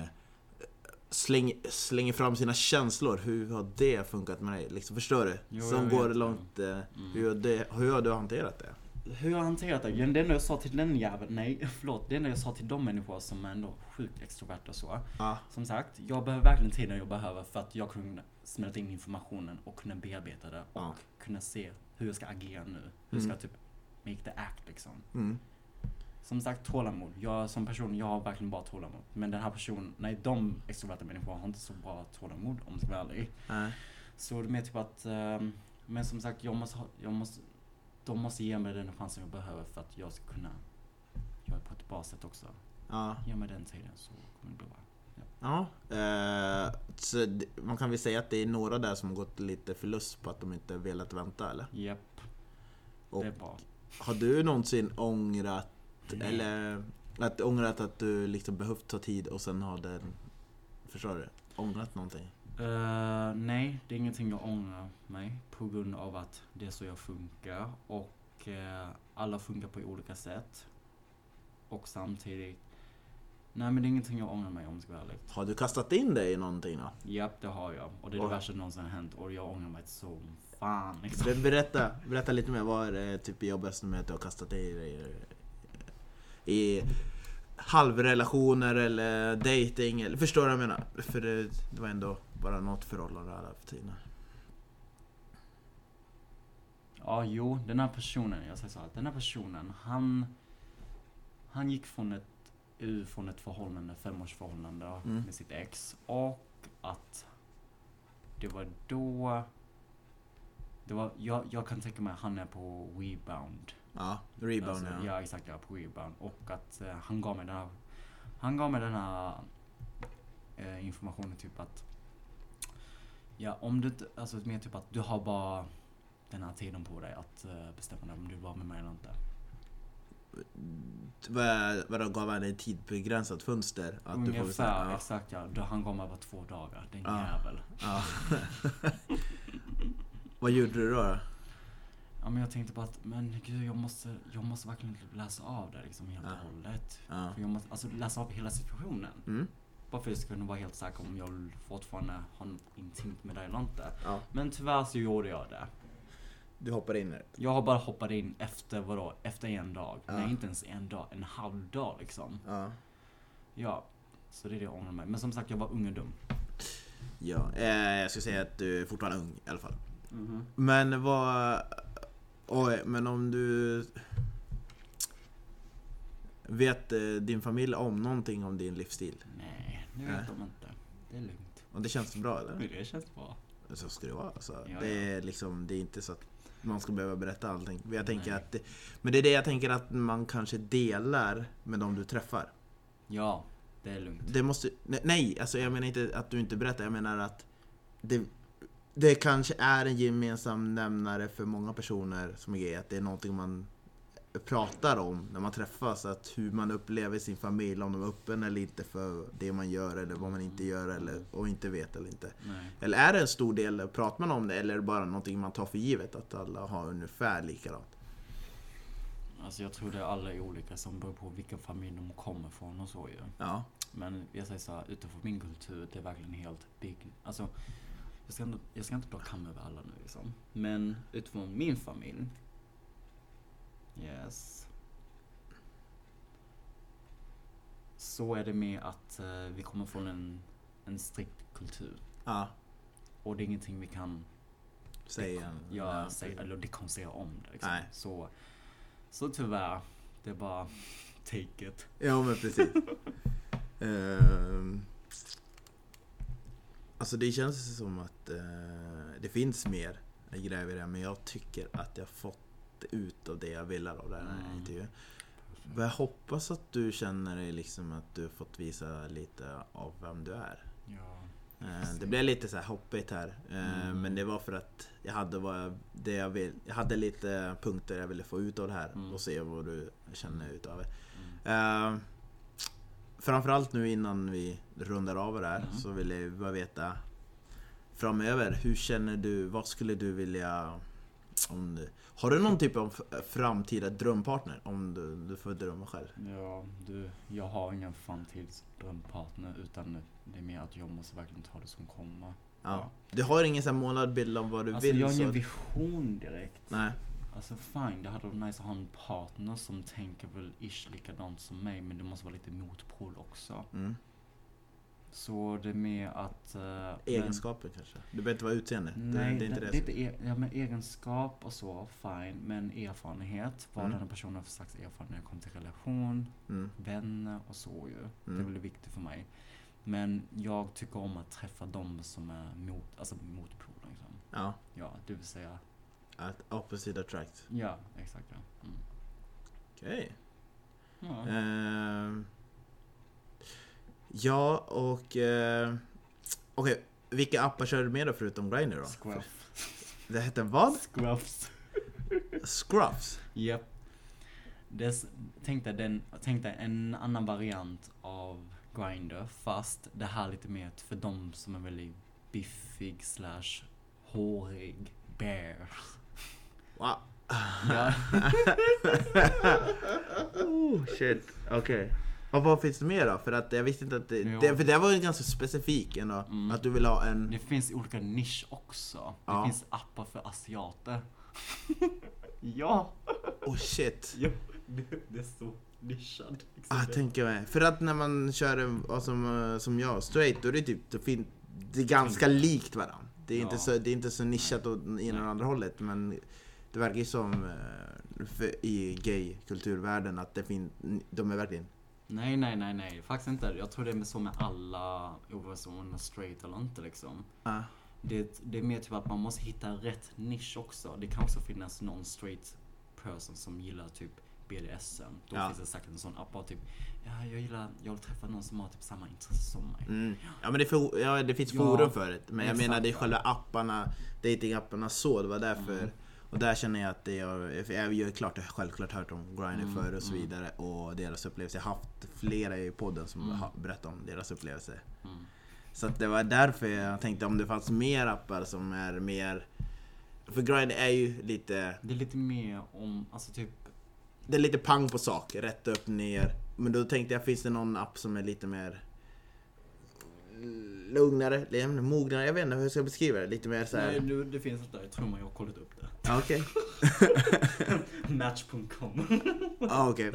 Speaker 1: slänger fram sina känslor. Hur har det funkat med dig? Liksom, förstår du?
Speaker 2: Jo,
Speaker 1: som går långt. Hur har du hanterat det?
Speaker 2: Hur jag har hanterat det? Det enda jag sa till den jäveln, det enda jag sa till de människor som är ändå sjukt extroverta och så. Som sagt, jag behöver verkligen tiden jag behöver för att jag kunna smälta in informationen och kunna bearbeta det och kunna se hur jag ska agera nu. Hur ska jag typ make the act liksom. Som sagt, tålamod. Jag som person, jag har verkligen bara tålamod. Men den här personen, nej, de extroverta människor har inte så bra tålamod om jag ska vara ärlig. Så det är mer typ att, men som sagt, de måste ge mig den chansen jag behöver för att jag ska kunna göra det på ett bra sätt också. Ge mig den tiden så kommer det bli bra.
Speaker 1: Så man kan väl säga att det är några där som har gått lite förlust på att de inte velat vänta, eller?
Speaker 2: Japp. Det är bra.
Speaker 1: Har du någonsin ångrat eller att du liksom behövt ta tid och sen har den, förstår du, ångrat någonting?
Speaker 2: Nej, det är ingenting jag ångrar mig på grund av att det är så jag funkar och alla funkar på olika sätt och samtidigt nej, men det är ingenting jag ångrar mig om ska vara ärligt.
Speaker 1: Har du kastat in dig i någonting då?
Speaker 2: Japp, det har jag och det är det värsta som någonsin har hänt och jag ångrar mig så fan liksom.
Speaker 1: Berätta lite mer, vad är det typ jobbigaste med att du har kastat dig i halvrelationer eller dating eller förstår du vad jag menar? För det var ändå bara något förhållande alla för tiden.
Speaker 2: Ja, jo, den här personen, jag säger så här, den här personen, han gick från ett förhållande, 5-årsförhållande med sitt ex och att det var då jag kan tänka mig att han är på rebound.
Speaker 1: Rebound,
Speaker 2: alltså, ja. Exakt, ja, på rebound. Och att han gav mig den här informationen typ att ja, om du inte, alltså mer typ att du har bara den här tiden på dig att bestämma om du var med mig eller inte.
Speaker 1: Vad gav han en tidbegränsat fönster? Att
Speaker 2: ungefär,
Speaker 1: du får säga,
Speaker 2: exakt ja. Han gav mig bara 2 dagar, den jävel.
Speaker 1: Vad gjorde du då?
Speaker 2: Ja, men jag tänkte bara att, men gud, jag måste verkligen läsa av det liksom helt och hållet. För jag måste alltså läsa av hela situationen. Bara för att jag ska kunna vara helt säker om jag fortfarande har något intimt med dig eller inte. Men tyvärr så gjorde jag det.
Speaker 1: Du hoppade in i det?
Speaker 2: Jag har bara hoppat in efter en dag. Nej, inte ens en dag, en halv dag liksom. Ja, så det är det jag ångrar mig. Men som sagt, jag var ung och dum.
Speaker 1: Ja, jag ska säga att du är fortfarande ung i alla fall. Men men om du vet din familj om någonting om din livsstil?
Speaker 2: Nej, det vet de inte. Det är lugnt.
Speaker 1: Och det känns bra, eller?
Speaker 2: Det känns bra.
Speaker 1: Så ska det vara. Alltså.
Speaker 2: Ja,
Speaker 1: det är liksom, det är inte så att man ska behöva berätta allting. Jag tänker att men det är det jag tänker att man kanske delar med de du träffar.
Speaker 2: Ja, det är lugnt.
Speaker 1: Det måste, nej, alltså jag menar inte att du inte berättar. Jag menar att det kanske är en gemensam nämnare för många personer som är att det är någonting man pratar om när man träffas, att hur man upplever sin familj, om de är öppen eller inte för det man gör eller vad man inte gör eller och inte vet eller inte.
Speaker 2: Nej.
Speaker 1: Eller är det en stor del, pratar man om det eller är det bara någonting man tar för givet att alla har ungefär likadant?
Speaker 2: Alltså jag tror det är alla olika som beror på vilken familj de kommer från och så ju.
Speaker 1: Ja.
Speaker 2: Men jag säger så här, utanför min kultur, det är verkligen helt big. Alltså jag ska inte dra kam över alla nu liksom. Men utifrån min familj. Yes. Så är det med att vi kommer från en strikt kultur.
Speaker 1: Ja.
Speaker 2: Och det är ingenting vi kan
Speaker 1: säga
Speaker 2: eller dekonstruera om det liksom.
Speaker 1: Nej.
Speaker 2: Så tyvärr, det är bara take it.
Speaker 1: Ja, men precis. Alltså det känns som att det finns mer grejer i det, men jag tycker att jag fått ut av det jag ville av den här intervjun. Jag hoppas att du känner dig liksom att du har fått visa lite av vem du är.
Speaker 2: Ja.
Speaker 1: Det blev lite så här hoppigt här, men det var för att jag hade lite punkter jag ville få ut av det här och se vad du känner ut av det. framförallt nu innan vi rundar av det här så vill jag bara veta framöver, hur känner du, vad skulle du vilja har du någon typ av framtida drömpartner om du får drömma själv?
Speaker 2: Ja, jag har ingen framtidsdrömpartner utan det är mer att jag måste verkligen ta det som kommer.
Speaker 1: Ja. Du har ingen sån målad bild om vad du vill?
Speaker 2: Jag har ingen vision direkt.
Speaker 1: Nej.
Speaker 2: Alltså fine, det hade varit nice att ha en partner som tänker väl ish likadant som mig, men det måste vara lite motpol också. Så det är mer att...
Speaker 1: egenskaper kanske? Du behöver inte vara utseende.
Speaker 2: Nej,
Speaker 1: det är inte
Speaker 2: det. Men egenskap och så, fine. Men erfarenhet, vad den personen har för slags erfarenhet, kom till relation, vänner och så ju. Det är väldigt viktigt för mig. Men jag tycker om att träffa dem som är motpol liksom.
Speaker 1: Ja.
Speaker 2: Ja, det vill säga...
Speaker 1: At opposite attract.
Speaker 2: Ja, exakt. Ja.
Speaker 1: Okej.
Speaker 2: Ja.
Speaker 1: Ja, och... Okej, vilka appar kör du med då förutom Grindr då?
Speaker 2: Scruff.
Speaker 1: Det heter vad?
Speaker 2: Scruffs.
Speaker 1: Scruffs?
Speaker 2: Japp. Tänk dig en annan variant av Grindr, fast det här lite mer för dem som är väldigt biffig / hårig bear.
Speaker 1: Wow.
Speaker 2: Ja.
Speaker 1: Shit, okej. Och vad finns det mer då? För att jag visste inte att för det var ju ganska specifik ändå, att du vill ha en...
Speaker 2: Det finns olika nisch också. Det finns appar för asiater. Ja.
Speaker 1: Oh shit.
Speaker 2: Ja, det är så nischad.
Speaker 1: Jag tänker mig. För att när man kör som jag, straight, då är det typ det är ganska likt varandra. Det är inte så nischat i den andra hållet, men det verkar ju som i gay-kulturvärlden att de är verkligen...
Speaker 2: Nej, faktiskt inte. Jag tror det är så med alla, oavsett om man är straight eller inte liksom. Det är mer typ att man måste hitta rätt nisch också. Det kan också finnas någon straight person som gillar typ BDSM. Då finns det säkert en sån app och typ, jag vill träffa någon som har typ samma intresse som mig.
Speaker 1: Ja, men det finns forum för det. Men jag menar, det är själva apparna, datingapparna så, det var därför. Och där känner jag att jag gör klart, jag har självklart hört om Grindr förr och så vidare, och deras upplevelser. Jag har haft flera i podden som har berättat om deras upplevelser. Så att det var därför jag tänkte om det fanns mer appar som är mer... För Grindr är ju lite...
Speaker 2: Det är lite mer om, alltså typ...
Speaker 1: Det är lite pang på sak, rätt upp, ner. Men då tänkte jag, finns det någon app som är lite mer... lugnare, mognare, jag vet inte hur jag ska beskriva det, lite mer så här.
Speaker 2: Nej, det finns inte där, jag tror man jag har kollat upp det.
Speaker 1: Okej.
Speaker 2: Match.com.
Speaker 1: Okej.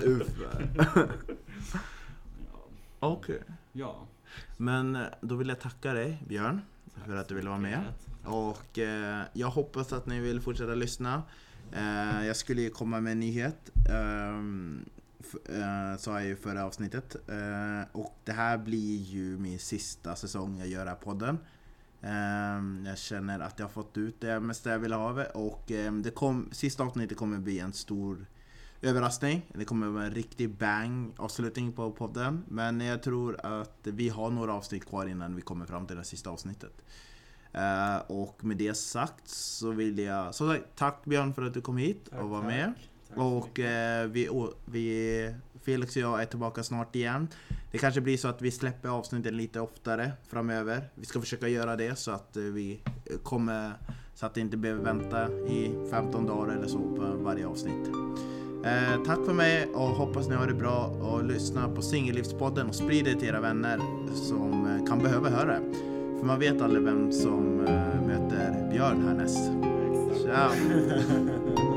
Speaker 1: Okej.
Speaker 2: Ja.
Speaker 1: Men då vill jag tacka dig, Björn, för att du ville vara med. Och jag hoppas att ni vill fortsätta lyssna. Jag skulle ju komma med en nyhet, sa jag ju förra avsnittet, och det här blir ju min sista säsong jag gör här podden. Jag känner att jag har fått ut det mesta jag vill ha, och sista avsnittet kommer bli en stor överraskning. Det kommer vara en riktig bang avslutning på podden, men jag tror att vi har några avsnitt kvar innan vi kommer fram till det sista avsnittet. Och med det sagt så vill jag tack Björn för att du kom hit och var med. Och vi Felix och jag är tillbaka snart igen. Det kanske blir så att vi släpper avsnitten lite oftare framöver. Vi ska försöka göra det så att vi kommer, så att det inte behöver vänta i 15 dagar eller så på varje avsnitt. Tack för mig och hoppas ni har det bra, och lyssna på Singellivspodden och sprid det till era vänner som kan behöva höra det. För man vet aldrig vem som möter Björn härnäst. Ciao.